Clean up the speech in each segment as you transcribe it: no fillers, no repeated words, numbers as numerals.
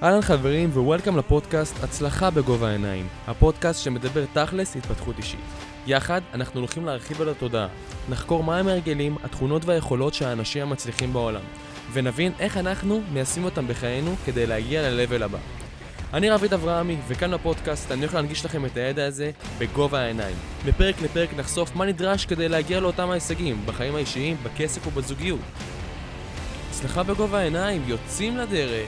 אהלן חברים ווולקאם לפודקאסט הצלחה בגובה העיניים, הפודקאסט שמדבר תכלס התפתחות אישית. יחד אנחנו הולכים להרחיב על התודעה, נחקור מהם ההרגלים, התכונות והיכולות של האנשים המצליחים בעולם, ונבין איך אנחנו מיישמים אותם בחיינו כדי להגיע ל-level הבא. אני רביד אברהמי, וכאן בפודקאסט אני הולך להנגיש לכם את הידע הזה בגובה העיניים. מפרק לפרק נחשוף מה נדרש כדי להגיע לאותם ההישגים, בחיים האישיים, בכסף ובזוגיות. הצלחה בגובה העיניים, יוצאים לדרך.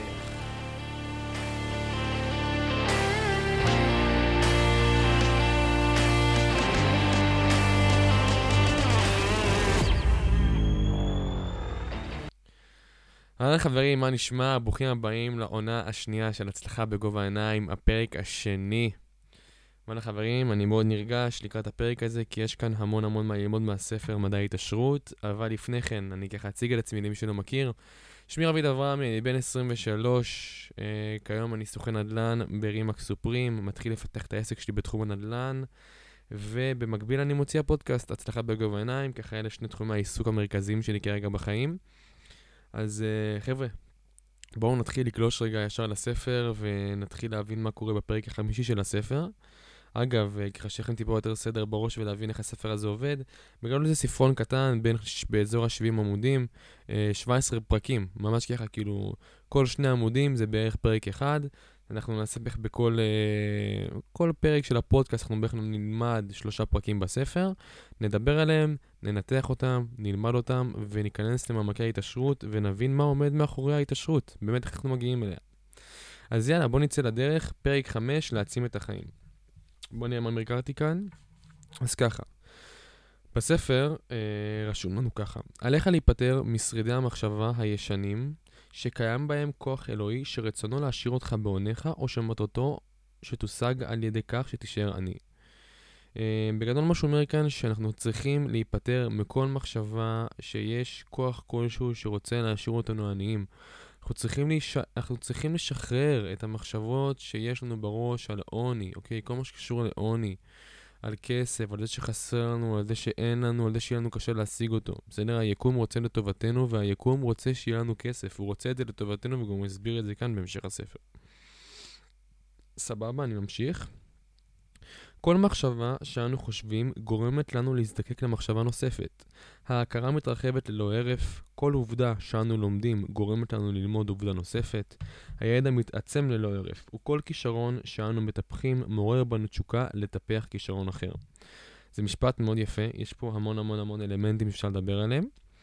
אהלן חברים, מה נשמע? ברוכים הבאים לעונה השנייה של הצלחה בגובה העיניים, הפרק השני. אהלן חברים, אני מאוד נרגש לקראת הפרק הזה, כי יש כאן המון מה ללמוד מהספר מדעי התעשרות, אבל לפני כן אני ככה אציג את עצמי למי שלא מכיר. שמי רביד אברהמי, אני בן 23, כיום אני סוכן נדל"ן ברימקס סופרים, מתחיל לפתח את העסק שלי בתחום הנדל"ן, ובמקביל אני מוציא הפודקאסט הצלחה בגובה העיניים, ככה אלה שני תחומי העיסוק המרכזיים שלי כרגע בחיים. אז חבר'ה, בואו נתחיל לקלוש רגע ישר לספר ונתחיל להבין מה קורה בפרק החמישי של הספר. אגב, ככה שיהיה לכם טיפה יותר סדר בראש ולהבין איך הספר הזה עובד. בגלל זה ספרון קטן באזור ה-70 עמודים, 17 פרקים, ממש ככה, כאילו כל 2 עמודים זה בערך פרק אחד. אנחנו נעשה בערך כל פרק של הפודקאסט, אנחנו בערך נלמד 3 פרקים בספר, נדבר עליהם, ננתח אותם, נלמד אותם, וניכנס למעמקי ההתעשרות, ונבין מה עומד מאחורי ההתעשרות, באמת איך אנחנו מגיעים אליה. אז יאללה, בוא נצא לדרך, פרק 5, להעצים את החיים. בוא נראה מה מרקרתי כאן. אז ככה, בספר רשום לנו ככה, עליך להיפטר משרידי המחשבה הישנים, שקיים בהם כוח אלוהי שרצונו להשאיר אותך בעונך, או שמטרתו שתושג על ידי כך שתישאר עני. בגדול מה שהוא אומר כאן, שאנחנו צריכים להיפטר מכל מחשבה שיש כוח כלשהו שרוצה להשאיר אותנו עניים. אנחנו צריכים לשחרר את המחשבות שיש לנו בראש על עוני, אוקיי? כל מה שקשור לעוני, על כסף, על זה שחסר לנו, על זה שאין לנו, על זה שיהיה לנו קשה להשיג אותו. בסדר, היקום רוצה לטובתנו, והיקום רוצה שיהיה לנו כסף. הוא רוצה את זה לטובתנו, וגם הוא הסביר את זה כאן בהמשך הספר. סבבה, אני ממשיך. כל מחשבה שאנו חושבים גורמת לנו להזדקק למחשבה נוספת. ההכרה מתרחבת ללא הרף, כל עובדה שאנו לומדים גורמת לנו ללמוד עובדה נוספת, הידע מתעצם ללא הרף, וכל כישרון שאנו מטפחים מעורר בנו תשוקה לטפח כישרון אחר. זה משפט מאוד יפה, יש פה המון אלמנטים שאפשר לדבר עליהם.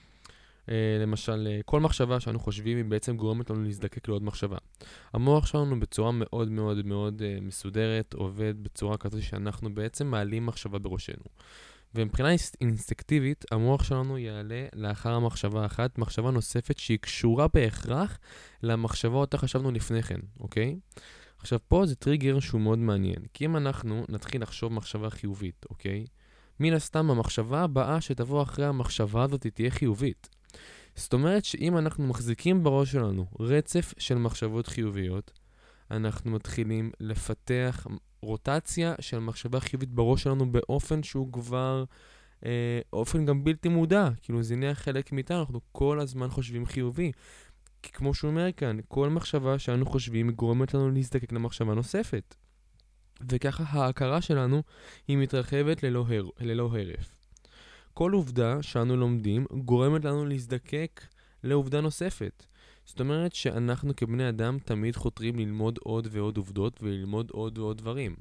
למשל, כל מחשבה שאנו חושבים היא בעצם גורמת לנו להזדקק לעוד מחשבה. המוח שלנו בצורה מאוד מסודרת עובד בצורה כזאת שאנחנו בעצם מעלים מחשבה בראשנו. ומבחינה אינסטינקטיבית, המוח שלנו יעלה לאחר המחשבה אחת, מחשבה נוספת שהיא קשורה בהכרח למחשבה אותה חשבנו לפני כן, אוקיי? עכשיו פה זה טריגר שהוא מאוד מעניין, כי אם אנחנו נתחיל לחשוב מחשבה חיובית, אוקיי? מן הסתם המחשבה הבאה שתבוא אחרי המחשבה הזאת תהיה חיובית. זאת אומרת שאם אנחנו מחזיקים בראש שלנו רצף של מחשבות חיוביות, אנחנו מתחילים לפתח רוטציה של מחשבה חיובית בראש שלנו באופן שהוא כבר, אופן גם בלתי מודע, כאילו זה נהיה חלק מאיתנו, אנחנו כל הזמן חושבים חיובי. כי כמו שהוא אומר כאן, כל מחשבה שאנו חושבים גורמת לנו להזדקק למחשבה נוספת. וככה ההכרה שלנו היא מתרחבת ללא הרף. כל עובדה שאנו לומדים גורמת לנו להזדקק לעובדה נוספת. זאת אומרת שאנחנו כבני אדם תמיד חותרים ללמוד עוד ועוד עובדות וללמוד עוד ועוד דברים.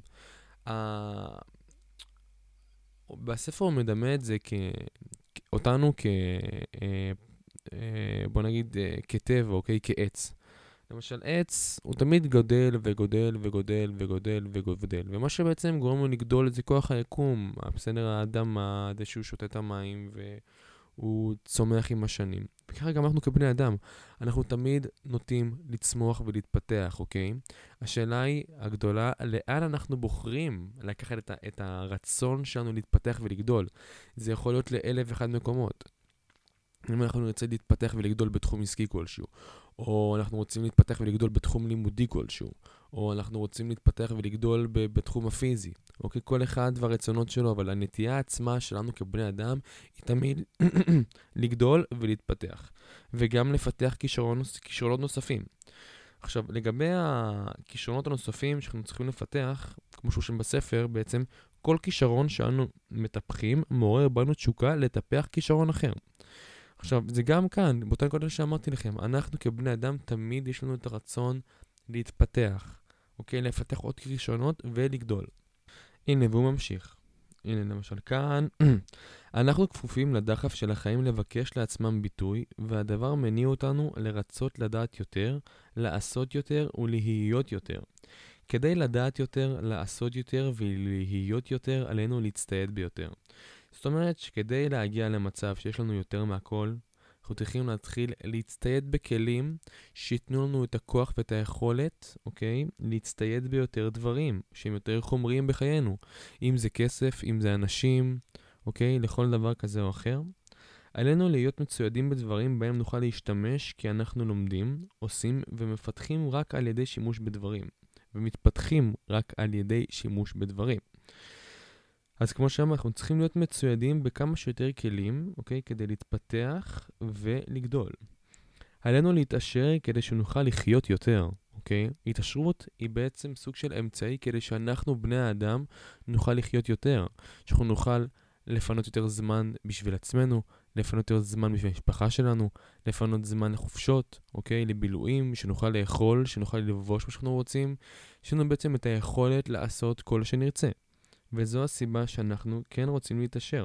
בספר הוא מדמה את זה אותנו בוא נגיד כטבע, אוקיי? כעץ. למשל, עץ הוא תמיד גדל וגודל, ומה שבעצם גורם לו לגדול זה כוח היקום, בסדר, האדמה, זה שהוא שותה את המים והוא צומח עם השנים. וככה גם אנחנו כבני אדם, אנחנו תמיד נוטים לצמוח ולהתפתח, אוקיי? השאלה היא הגדולה, לאן אנחנו בוחרים לקחת את הרצון שלנו להתפתח ולגדול? זה יכול להיות ל1,001 מקומות. אם אנחנו נרצה להתפתח ולגדול בתחום עסקי כלשהו, או אנחנו רוצים להתפתח ולגדול בתחום לימודי כלשהו, או אנחנו רוצים להתפתח ולגדול בתחום הפיזי. אוקיי? כל אחד והרצונות שלו, אבל הנטייה עצמה שלנו כבני אדם היא תמיד לגדול ולהתפתח, וגם לפתח כישרונות נוספים. עכשיו, לגבי הכישרונות הנוספים שאנחנו צריכים לפתח, כמו שהוא שם בספר, בעצם כל כישרון שאנו מטפחים מעורר בנו תשוקה לטפח כישרון אחר. עכשיו, זה גם כאן, באותה נקודה שאמרתי לכם, אנחנו כבני אדם תמיד יש לנו את הרצון להתפתח, אוקיי? לפתח עוד כישרונות ולגדול. הנה, והוא ממשיך. הנה, למשל כאן, אנחנו כפופים לדחף של החיים לבקש לעצמם ביטוי, והדבר מניע אותנו לרצות לדעת יותר, לעשות יותר ולהיות יותר. כדי לדעת יותר, לעשות יותר ולהיות יותר, עלינו להצטייד ביותר. זאת אומרת שכדי להגיע למצב שיש לנו יותר מהכל, אנחנו צריכים להתחיל להצטייד בכלים שיתנו לנו את הכוח ואת היכולת, אוקיי? להצטייד ביותר דברים שהם יותר חומריים בחיינו. אם זה כסף, אם זה אנשים, אוקיי? לכל דבר כזה או אחר. עלינו להיות מצוידים בדברים בהם נוכל להשתמש כי אנחנו לומדים, עושים ומפתחים רק על ידי שימוש בדברים. ומתפתחים רק על ידי שימוש בדברים. אז כמו שאמרנו, אנחנו צריכים להיות מצוידים בכמה שיותר כלים, אוקיי? כדי להתפתח ולגדול. עלינו להתעשר כדי שנוכל לחיות יותר, אוקיי? התעשרות היא בעצם סוג של אמצעי כדי שאנחנו, בני האדם, נוכל לחיות יותר. שאנחנו נוכל לפנות יותר זמן בשביל עצמנו, לפנות יותר זמן בשביל המשפחה שלנו, לפנות זמן לחופשות, אוקיי? לבילויים, שנוכל לאכול, שנוכל לבוש מה שאנחנו רוצים. יש לנו בעצם את היכולת לעשות כל שנרצה. וזו הסיבה שאנחנו כן רוצים להתעשר.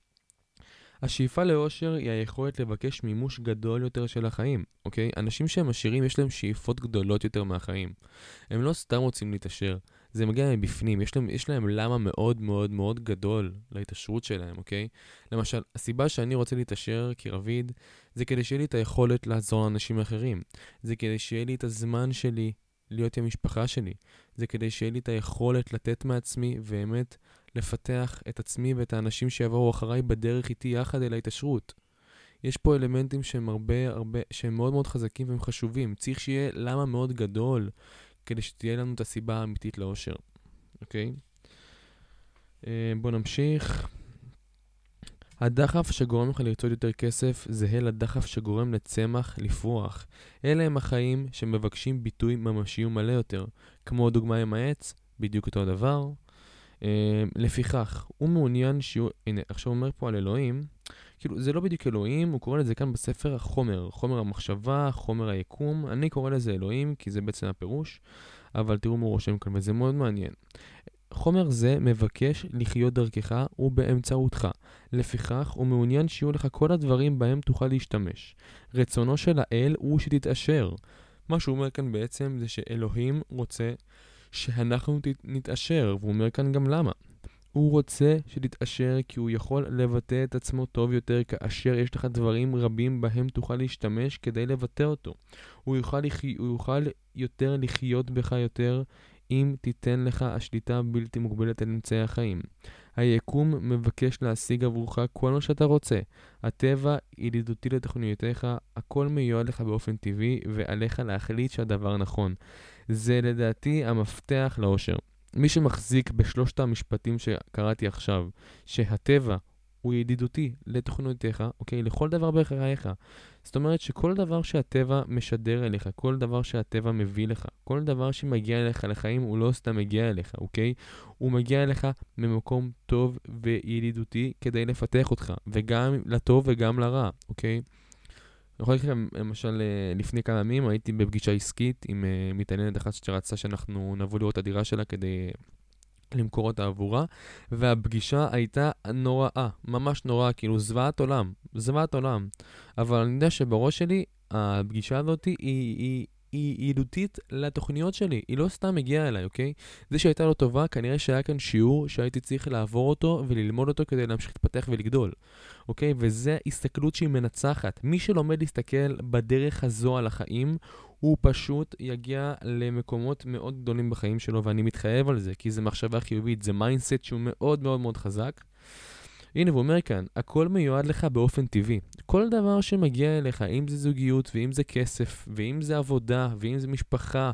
השאיפה לאושר היא היכולת לבקש מימוש גדול יותר של החיים, אוקיי? אנשים שהם עשירים יש להם שאיפות גדולות יותר מהחיים. הם לא סתם רוצים להתעשר, זה מגיע מבפנים, יש להם למה מאוד מאוד מאוד גדול להתעשרות שלהם, אוקיי? למשל, הסיבה שאני רוצה להתעשר כרביד, זה כדי שיהיה לי את היכולת לעזור לאנשים אחרים. זה כדי שיהיה לי את הזמן שלי להיות עם המשפחה שלי. זה כדי שיהיה לי את היכולת לתת מעצמי ובאמת לפתח את עצמי ואת האנשים שיבואו אחריי בדרך איתי יחד אל ההתעשרות. יש פה אלמנטים שהם מאוד מאוד חזקים והם חשובים. צריך שיהיה למה מאוד גדול כדי שתהיה לנו את הסיבה האמיתית לאושר. אוקיי? בוא נמשיך. הדחף שגורם לך לרצות יותר כסף זהה לדחף שגורם לצמח לפרוח. אלה הם החיים שמבקשים ביטוי ממשי ומלא יותר. כמו דוגמה עם העץ, בדיוק אותו הדבר. לפיכך, הוא מעוניין שיהיו... הנה, עכשיו הוא אומר פה על אלוהים. כאילו, זה לא בדיוק אלוהים, הוא קורא לזה כאן בספר החומר. חומר המחשבה, חומר היקום. אני קורא לזה אלוהים, כי זה בעצם הפירוש. אבל תראו מה הוא רושם כאן, וזה מאוד מעניין. חומר זה מבקש לחיות דרכך ובאמצעותך. לפיכך, הוא מעוניין שיהיו לך כל הדברים בהם תוכל להשתמש. רצונו של האל הוא שתתעשר. מה שהוא אומר כאן בעצם זה שאלוהים רוצה שאנחנו נתעשר, והוא אומר כאן גם למה. הוא רוצה שתתעשר כי הוא יכול לבטא את עצמו טוב יותר כאשר יש לך דברים רבים בהם תוכל להשתמש כדי לבטא אותו. הוא יוכל יותר לחיות בך יותר אם תיתן לך השליטה בלתי מוגבלת על אמצעי החיים. היקום מבקש להשיג עבורך כל מה שאתה רוצה. הטבע ידידותי לתוכניותיך, הכל מיועד לך באופן טבעי ועליך להחליט שהדבר נכון. זה לדעתי המפתח לאושר. מי שמחזיק בשלושת המשפטים שקראתי עכשיו, שהטבע הוא ידידותי לתוכניותיך, אוקיי? לכל דבר בחייך. זאת אומרת שכל דבר שהטבע משדר אליך, כל דבר שהטבע מביא לך, כל דבר שמגיע אליך לחיים הוא לא סתם מגיע אליך, אוקיי? הוא מגיע אליך ממקום טוב וידידותי כדי לפתח אותך, וגם לטוב וגם לרע, אוקיי? אני יכול להגיד לכם, למשל, לפני כמה ימים הייתי בפגישה עסקית עם מתעניינת אחת שרצה שאנחנו נבוא לראות את הדירה שלה כדי למכור אותה עבורה, והפגישה הייתה נוראה, ממש נוראה, כאילו זוועת עולם. אבל אני יודע שבראש שלי, הפגישה הזאת היא ידידותית לתוכניות שלי, היא לא סתם הגיעה אליי, אוקיי? זה שהייתה לו טובה, כנראה שהיה כאן שיעור שהייתי צריך לעבור אותו וללמוד אותו כדי להמשיך להתפתח ולגדול, אוקיי? וזה הסתכלות שהיא מנצחת. מי שלומד להסתכל בדרך הזו על החיים, הוא פשוט יגיע למקומות מאוד גדולים בחיים שלו, ואני מתחייב על זה, כי זה מחשבה חיובית, זה מיינדסט שהוא מאוד מאוד מאוד חזק. הנה, הוא אומר כאן, הכל מיועד לך באופן טבעי. כל דבר שמגיע אליך, אם זה זוגיות, ואם זה כסף, ואם זה עבודה, ואם זה משפחה,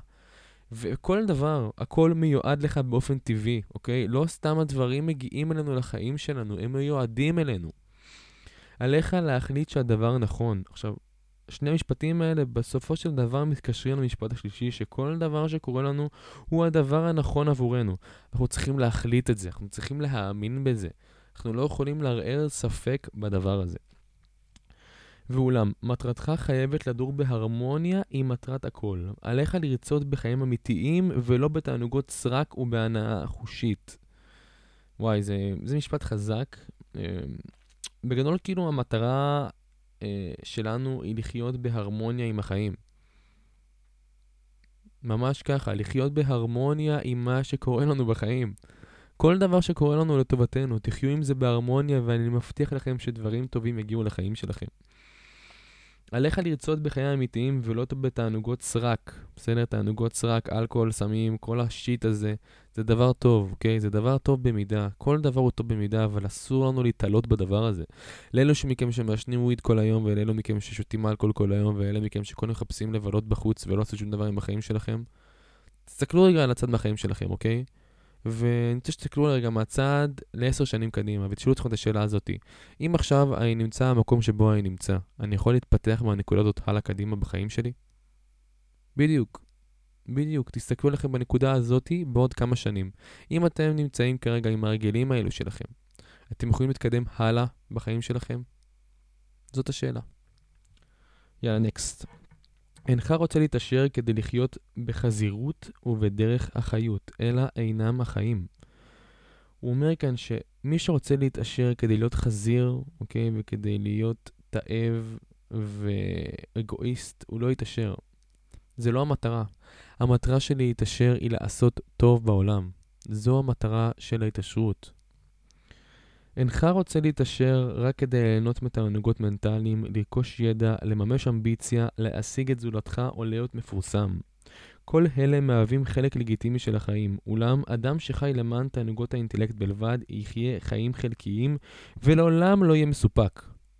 וכל דבר, הכל מיועד לך באופן טבעי, אוקיי? לא סתם הדברים מגיעים אלינו לחיים שלנו, הם מיועדים אלינו. עליך להחליט שהדבר נכון. עכשיו, שני המשפטים האלה בסופו של דבר מתקשרים למשפט השלישי, שכל דבר שקורה לנו הוא הדבר הנכון עבורנו. אנחנו צריכים להחליט את זה, אנחנו צריכים להאמין בזה. אנחנו לא יכולים לערער ספק בדבר הזה. ואולם, מטרתך חייבת לדור בהרמוניה עם מטרת הכל. עליך לרצות בחיים אמיתיים ולא בתענוגות סרק ובהנאה חושית. וואי, זה משפט חזק. בגדול, כאילו, המטרה שלנו היא לחיות בהרמוניה עם החיים. ממש ככה, לחיות בהרמוניה עם מה שקורה לנו בחיים. כל דבר שקורה לנו לטובתנו, תחיו עם זה בהרמוניה, ואני מבטיח לכם שדברים טובים יגיעו לחיים שלכם. עליך לרצות בחיים אמיתיים ולא בתענוגות סרק. בסדר, תענוגות סרק, אלכוהול, סמים, כל השיט הזה, זה דבר טוב, אוקיי? זה דבר טוב במידה. כל דבר הוא טוב במידה, אבל אסור לנו להתעלות בדבר הזה. לאלו מכם שמעשנים וויד כל היום, ולאלו מכם ששותים אלכוהול כל היום, ואלה מכם שכל מחפשים לבלות בחוץ ולא עשו שום דבר עם החיים שלכם. תסתכלו רגע על הצד מהחיים שלכם, אוקיי? ואני רוצה שתסתכלו רגע מהצד ל10 שנים קדימה, ותשאלו אתכם את השאלה הזאת. אם עכשיו אני נמצא במקום שבו אני נמצא, אני יכול להתפתח מהנקודה הזאת הלאה קדימה בחיים שלי? בדיוק. תסתכלו לכם בנקודה הזאת בעוד כמה שנים. אם אתם נמצאים כרגע עם הרגלים האלו שלכם, אתם יכולים להתקדם הלאה בחיים שלכם? זאת השאלה. יאללה, נקסט. אינך רוצה להתעשר כדי לחיות בחזירות ובדרך החיות, אלא אינם החיים. הוא אומר כאן שמי שרוצה להתעשר כדי להיות חזיר, אוקיי, וכדי להיות תאב ואגואיסט, הוא לא יתעשר. זה לא המטרה. המטרה של להתעשר היא לעשות טוב בעולם. זו המטרה של ההתעשרות. אינך רוצה להתעשר רק כדי ליהנות מתענוגות מנטליים, לרכוש ידע, לממש אמביציה, להשיג את זולתך או להיות מפורסם. כל אלה מהווים חלק לגיטימי של החיים, אולם אדם שחי למען תענוגות האינטלקט בלבד יחיה חיים חלקיים ולעולם לא יהיה מסופק.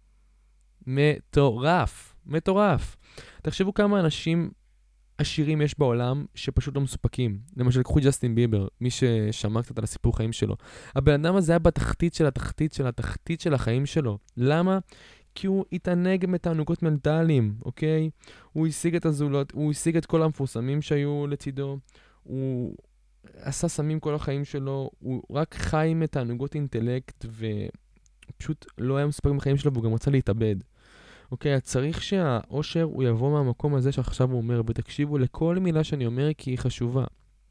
מטורף. תחשבו כמה אנשים עשירים יש בעולם שפשוט לא מסופקים. למשל, קחו ג'סטין ביבר, מי ששמע קצת על הסיפור חיים שלו. הבן אדם הזה היה בתחתית של החיים שלו. למה? כי הוא התענג מתענוגות מנטליים, אוקיי? הוא השיג את הזולות, הוא השיג את כל המפורסמים שהיו לצידו, הוא עשה סמים כל החיים שלו, הוא רק חי מתענוגות אינטלקט ופשוט לא היה מסופק בחיים שלו והוא גם רצה להתאבד. אוקיי, אז צריך שהאושר הוא יבוא מהמקום הזה שעכשיו הוא אומר, ותקשיבו לכל מילה שאני אומר כי היא חשובה.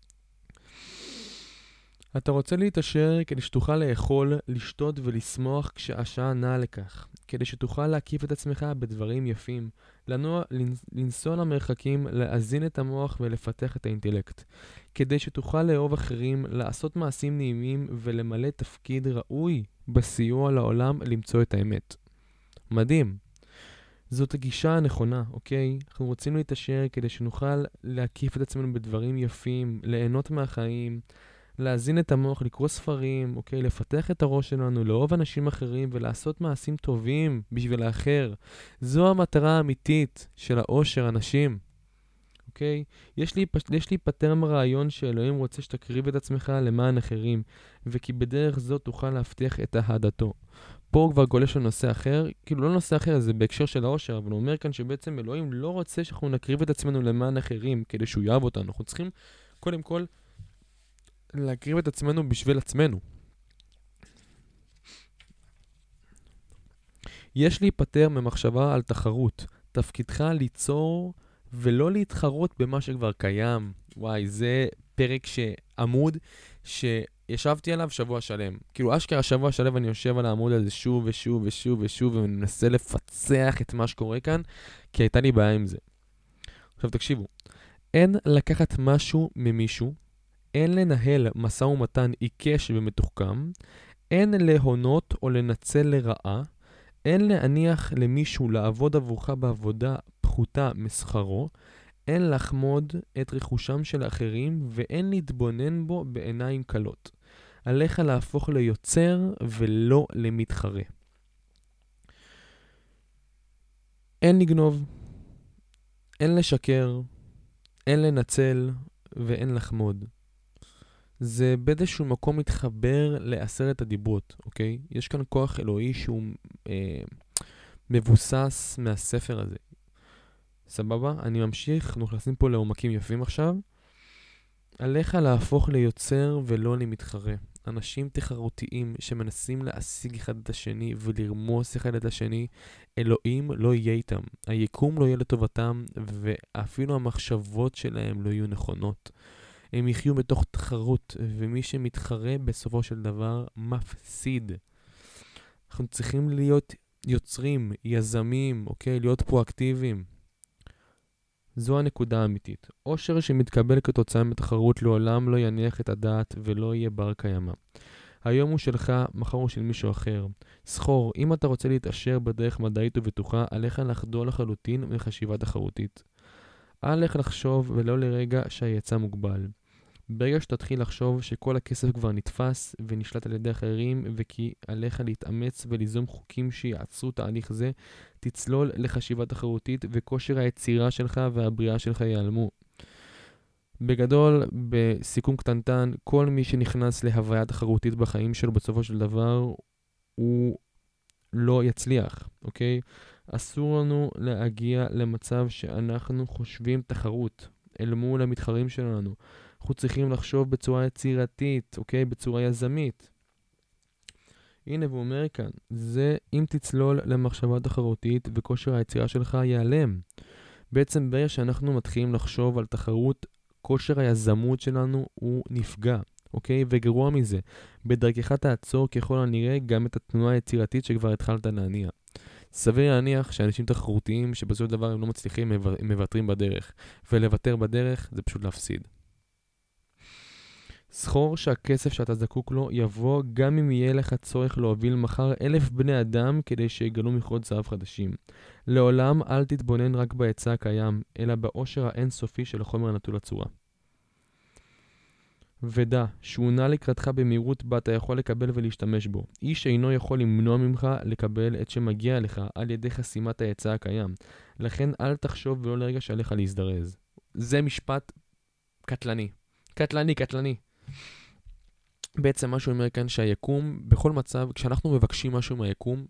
אתה רוצה להתעשר כדי שתוכל לאכול, לשתות ולשמוח כשהשעה נעה לכך. כדי שתוכל להקיף את עצמך בדברים יפים, לנסוע למרחקים, להזין את המוח ולפתח את האינטלקט. כדי שתוכל לאהוב אחרים, לעשות מעשים נעימים ולמלא תפקיד ראוי בסיוע לעולם למצוא את האמת. מדהים. זאת הגישה הנכונה, אוקיי? אנחנו רוצים להתעשר כדי שנוכל להקיף את עצמנו בדברים יפים, ליהנות מהחיים, להזין את המוח, לקרוא ספרים, אוקיי? לפתח את הראש שלנו, לאהוב אנשים אחרים ולעשות מעשים טובים בשביל האחר. זו המטרה האמיתית של האושר, אנשים. אוקיי? יש לי פטר מהרעיון שאלוהים רוצה שתקריב את עצמך למען אחרים, וכי בדרך זאת תוכל להבטיח את אהדתו. פה הוא כבר גולש לנושא אחר, כאילו לא נושא אחר, זה בהקשר של האושר, אבל הוא אומר כאן שבעצם אלוהים לא רוצה שאנחנו נקריב את עצמנו למען אחרים, כדי שהוא יאהב אותנו. אנחנו צריכים קודם כל להקריב את עצמנו בשביל עצמנו. יש להיפטר ממחשבה על תחרות. תפקידך ליצור ולא להתחרות במה שכבר קיים. וואי, זה פרק עמוד שישבתי עליו שבוע שלם. כאילו אשכרה שבוע שלם אני יושב על העמוד הזה שוב ושוב ושוב ושוב ומנסה לפצח את מה שקורה כאן, כי הייתה לי בעיה עם זה. עכשיו תקשיבו, אין לקחת משהו ממישהו, אין לנהל משא ומתן עיקש ומתוחכם, אין להונות או לנצל לרעה, אין להניח למישהו לעבוד עבורך בעבודה פחותה משכרו, אין לחמוד את רכושם של האחרים ואין להתבונן בו בעיניים קלות. עליך להפוך ליוצר ולא למתחרה. אין לגנוב, אין לשקר, אין לנצל ואין לחמוד. זה באיזשהו מקום מתחבר ל10 הדיברות, אוקיי? יש כאן כוח אלוהי שהוא מבוסס מהספר הזה. סבבה? אני ממשיך, אנחנו נכנסים פה לעומקים יפים עכשיו. עליך להפוך ליוצר ולא למתחרה. אנשים תחרותיים שמנסים להשיג אחד את השני ולרמוס אחד את השני, אלוהים לא יהיה איתם. היקום לא יהיה לטובתם, ואפילו המחשבות שלהם לא יהיו נכונות. הם יחיו בתוך תחרות, ומי שמתחרה בסופו של דבר מפסיד. אנחנו צריכים להיות יוצרים, יזמים, אוקיי? להיות פרואקטיביים. זו הנקודה האמיתית. עושר שמתקבל כתוצאה מתחרות לעולם לא יניח את הדעת ולא יהיה בר קיימא. היום הוא שלך, מחר הוא של מישהו אחר. זכור, אם אתה רוצה להתעשר בדרך מדעית ובטוחה, עליך לחדול לחלוטין מחשיבה תחרותית. עליך לחשוב ולא לרגע שהיצע מוגבל. ברגע שתתחיל לחשוב שכל הכסף כבר נתפס ונשלט על ידי אחרים, וכי עליך להתאמץ וליזום חוקים שיעצרו תהליך זה, תצלול לחשיבה תחרותית וכושר היצירה שלך והבריאה שלך ייעלמו. בגדול, בסיכום קטנטן, כל מי שנכנס להוויה תחרותית בחיים שלו בסופו של דבר, הוא לא יצליח, אוקיי? אסור לנו להגיע למצב שאנחנו חושבים תחרות אל מול המתחרים שלנו. אנחנו צריכים לחשוב בצורה יצירתית, אוקיי? בצורה יזמית. הנה, והוא אומר כאן, זה אם תצלול למחשבה תחרותית וכושר היצירה שלך ייעלם. בעצם ברגע שאנחנו מתחילים לחשוב על תחרות, כושר היזמות שלנו הוא נפגע, אוקיי? וגרוע מזה, בדרכך תעצור ככל הנראה גם את התנועה היצירתית שכבר התחלת להניע. סביר להניח שאנשים תחרותיים שבסופו של דבר הם לא מצליחים, הם מוותרים בדרך. ולוותר בדרך זה פשוט להפסיד. זכור שהכסף שאתה זקוק לו יבוא גם אם יהיה לך צורך להוביל מחר 1,000 בני אדם כדי שיגלו מכרות זהב חדשים. לעולם אל תתבונן רק בהיצע הקיים, אלא באושר האינסופי של החומר הנטול הצורה. ודע שהוא נע לקראתך במהירות בה אתה יכול לקבל ולהשתמש בו. איש אינו יכול למנוע ממך לקבל את שמגיע לך על ידי חסימת ההיצע הקיים. לכן אל תחשוב ולא לרגע שעליך להזדרז. זה משפט קטלני. קטלני. בעצם מה שהוא אומר כאן שהיקום, בכל מצב, כשאנחנו מבקשים משהו מהיקום,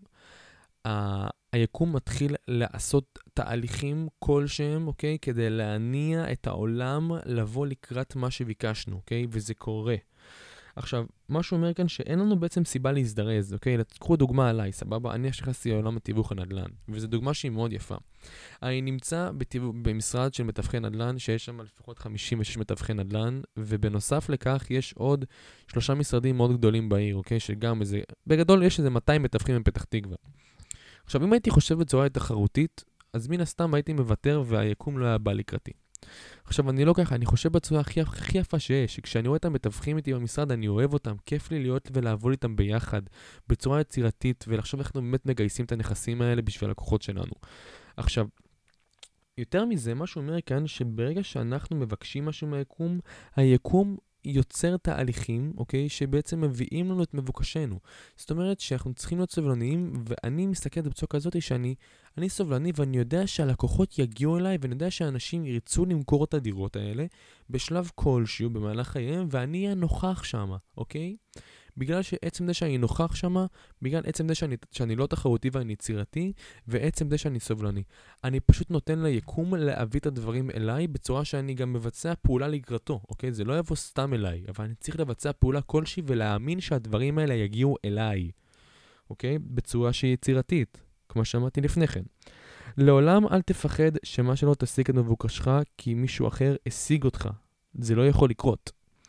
היקום מתחיל לעשות תהליכים כלשהם, אוקיי? כדי להניע את העולם לבוא לקראת מה שביקשנו, אוקיי? וזה קורה. עכשיו, מה שהוא אומר כאן שאין לנו בעצם סיבה להזדרז, אוקיי? קחו דוגמה עליי, סבבה? אני נכנסתי לעולם התיווך הנדל"ן, וזו דוגמה שהיא מאוד יפה. אני נמצא במשרד של מתווכי נדל"ן, שיש שם לפחות 56 מתווכי נדל"ן, ובנוסף לכך יש עוד 3 משרדים מאוד גדולים בעיר, אוקיי? שגם איזה, בגדול יש איזה 200 מתווכים בפתח תקווה. עכשיו, אם הייתי חושב בצורה תחרותית, אז מן הסתם הייתי מוותר והיקום לא היה בא לקראתי. עכשיו, אני לא ככה, אני חושב בצורה הכי יפה שיש, שכשאני רואה את המתווכים איתי במשרד, אני אוהב אותם, כיף לי להיות ולעבוד איתם ביחד, בצורה יצירתית, ולחשוב איך אנחנו באמת מגייסים את הנכסים האלה בשביל הלקוחות שלנו. עכשיו, יותר מזה, מה שהוא אומר כאן, שברגע שאנחנו מבקשים משהו מהיקום, היקום יוצר תהליכים, אוקיי, שבעצם מביאים לנו את מבוקשנו. זאת אומרת שאנחנו צריכים להיות סובלניים, ואני מסתכל בצורה כזאת שאני סובלני, ואני יודע שהלקוחות יגיעו אליי, ואני יודע שאנשים ירצו למכור את הדירות האלה, בשלב כלשהו במהלך חייהם, ואני אהיה נוכח שם, אוקיי? בגלל שעצם זה שאני נוכח שמה, בגלל עצם זה שאני לא תחרותי ואני יצירתי, ועצם זה שאני סובלני. אני פשוט נותן ליקום להביא את הדברים אליי, בצורה שאני גם מבצע פעולה לקראתו, אוקיי? זה לא יבוא סתם אליי, אבל אני צריך לבצע פעולה כלשהי ולהאמין שהדברים האלה יגיעו אליי, אוקיי? בצורה שהיא יצירתית, כמו שאמרתי לפני כן. לעולם אל תפחד שמה שלא תשיג את מבוקשך, כי מישהו אחר השיג אותך. זה לא יכול לקרות.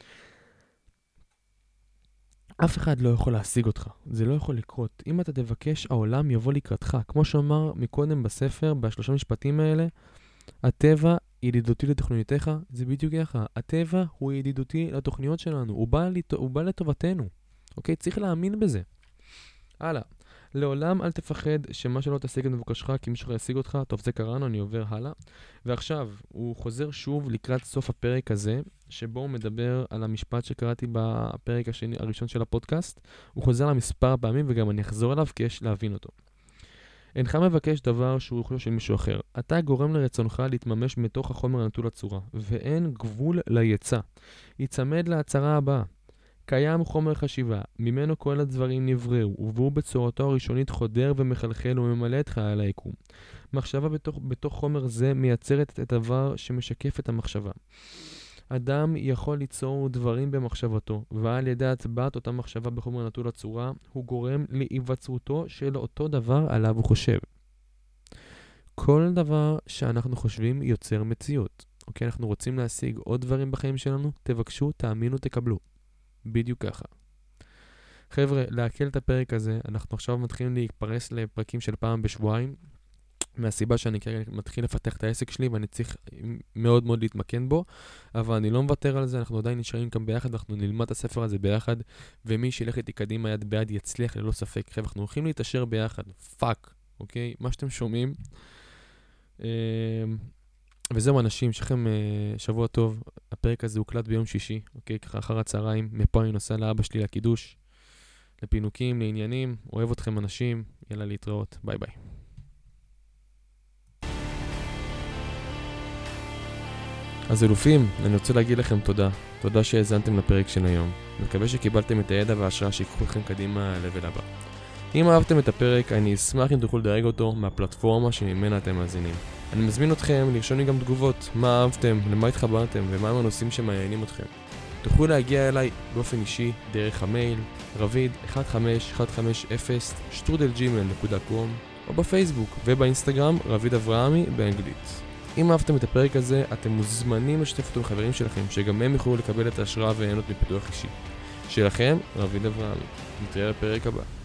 אף אחד לא יכול להשיג אותך, זה לא יכול לקרות. אם אתה תבקש, העולם יבוא לקראתך. כמו שאמר מקודם בספר, בשלושה משפטים האלה, הטבע ידידותי לתוכניותיך, זה בדיוק ככה. הטבע הוא ידידותי לתוכניות שלנו, הוא בא לטובתנו. אוקיי? צריך להאמין בזה. הלאה. לעולם אל תפחד שמה שלא תשיג את מבוקשך, כי מישהו ישיג אותך. טוב, זה קראנו, אני עובר הלאה. ועכשיו, הוא חוזר שוב לקראת סוף הפרק הזה, שבו הוא מדבר על המשפט שקראתי בפרק הראשון של הפודקאסט. הוא חוזר למספר פעמים, וגם אני אחזור עליו, כי יש להבין אותו. אינך מבקש דבר שהוא רכושו של מישהו אחר. אתה גורם לרצונך להתממש מתוך החומר הנטול הצורה, ואין גבול ליצא. יצמד להצהרה הבאה. קיים חומר חשיבה, ממנו כל הדברים נבראו, והוא בצורתו הראשונית חודר ומחלחל וממלא את חלל היקום. מחשבה בתוך חומר זה מייצרת את הדבר שמשקף את המחשבה. אדם יכול ליצור דברים במחשבתו, ועל ידי הצבעת אותה מחשבה בחומר נטול הצורה, הוא גורם להיווצרותו של אותו דבר עליו הוא חושב. כל דבר שאנחנו חושבים יוצר מציאות. אוקיי, אנחנו רוצים להשיג עוד דברים בחיים שלנו, תבקשו, תאמינו, תקבלו. בדיוק ככה. חבר'ה, להקל את הפרק הזה, אנחנו עכשיו מתחילים להתפרס לפרקים של פעם בשבועיים, מהסיבה שאני כרגע מתחיל לפתח את העסק שלי, ואני צריך מאוד מאוד להתמקן בו, אבל אני לא מוותר על זה, אנחנו עדיין נשארים כאן ביחד, אנחנו נלמד את הספר הזה ביחד, ומי שילך איתי קדימה יד ביד יצליח ללא ספק. חבר'ה, אנחנו הולכים להתאשר ביחד, פאק, אוקיי? מה שאתם שומעים. וזהו אנשים, שלכם שבוע טוב, הפרק הזה הוקלט ביום שישי, אוקיי? ככה אחר הצהריים, מפה אני נוסע לאבא שלי לקידוש, לפינוקים, לעניינים, אוהב אתכם אנשים, יאללה להתראות, ביי ביי. אז אלופים, אני רוצה להגיד לכם תודה. תודה שהאזנתם לפרק של היום. מקווה שקיבלתם את הידע וההשראה שיקחו אתכם קדימה לבל הבא. אם אהבתם את הפרק, אני אשמח אם תוכלו לדרג אותו מהפלטפורמה שממנה אתם מאזינים. אני מזמין אתכם לרשום לי גם תגובות, מה אהבתם, למה התחברתם ומה הם הנושאים שמעניינים אתכם. תוכלו להגיע אליי באופן אישי דרך המייל ravid15150@gmail.com או בפייסבוק ובאינסטגרם רביד אברהמי באנגלית. אם אהבתם את הפרק הזה, אתם מוזמנים לשתף אותו עם חברים שלכם, שגם הם יוכלו לקבל את ההשראה והענות מפיתוח אישי. שלכם, רביד אברהמי. נתראה בפרק הבא.